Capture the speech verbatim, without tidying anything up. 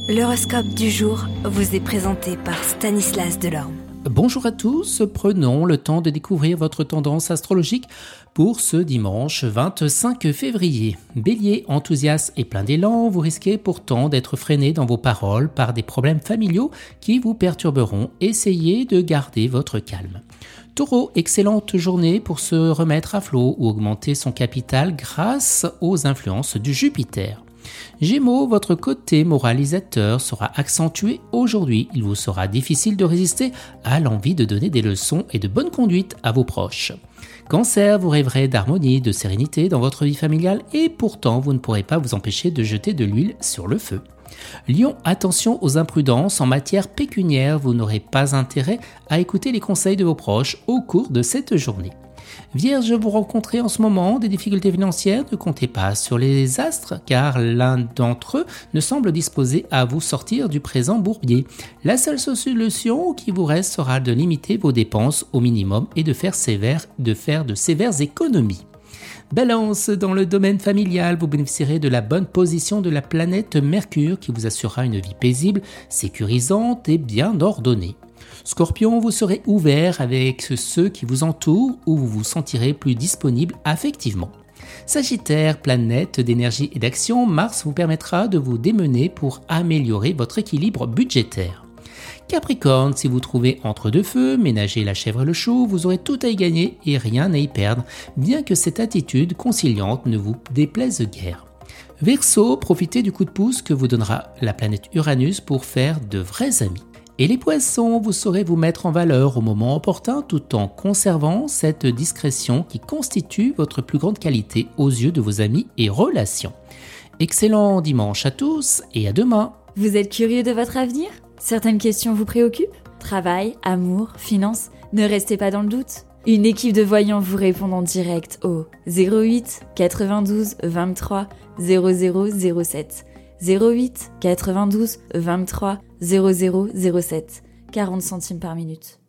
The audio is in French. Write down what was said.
L'horoscope du jour vous est présenté par Stanislas Delorme. Bonjour à tous, prenons le temps de découvrir votre tendance astrologique pour ce dimanche vingt-cinq février. Bélier, enthousiaste et plein d'élan, vous risquez pourtant d'être freiné dans vos paroles par des problèmes familiaux qui vous perturberont. Essayez de garder votre calme. Taureau, excellente journée pour se remettre à flot ou augmenter son capital grâce aux influences du Jupiter. Gémeaux, votre côté moralisateur sera accentué aujourd'hui. Il vous sera difficile de résister à l'envie de donner des leçons et de bonne conduite à vos proches. Cancer, vous rêverez d'harmonie, de sérénité dans votre vie familiale et pourtant vous ne pourrez pas vous empêcher de jeter de l'huile sur le feu. Lion, attention aux imprudences en matière pécuniaire, vous n'aurez pas intérêt à écouter les conseils de vos proches au cours de cette journée. Vierge, vous rencontrez en ce moment des difficultés financières, ne comptez pas sur les astres car l'un d'entre eux ne semble disposé à vous sortir du présent bourbier. La seule solution qui vous reste sera de limiter vos dépenses au minimum et de faire, sévère, de, faire de sévères économies. Balance, dans le domaine familial, vous bénéficierez de la bonne position de la planète Mercure qui vous assurera une vie paisible, sécurisante et bien ordonnée. Scorpion, vous serez ouvert avec ceux qui vous entourent ou vous vous sentirez plus disponible affectivement. Sagittaire, planète d'énergie et d'action, Mars vous permettra de vous démener pour améliorer votre équilibre budgétaire. Capricorne, si vous trouvez entre deux feux, ménagez la chèvre et le chou, vous aurez tout à y gagner et rien à y perdre, bien que cette attitude conciliante ne vous déplaise guère. Verseau, profitez du coup de pouce que vous donnera la planète Uranus pour faire de vrais amis. Et les poissons, vous saurez vous mettre en valeur au moment opportun tout en conservant cette discrétion qui constitue votre plus grande qualité aux yeux de vos amis et relations. Excellent dimanche à tous et à demain. Vous êtes curieux de votre avenir ? Certaines questions vous préoccupent ? Travail, amour, finances ? Ne restez pas dans le doute. Une équipe de voyants vous répond en direct au zéro huit quatre-vingt-douze vingt-trois zéro zéro zéro sept. zéro huit quatre-vingt-douze vingt-trois zéro zéro zéro sept, quarante centimes par minute.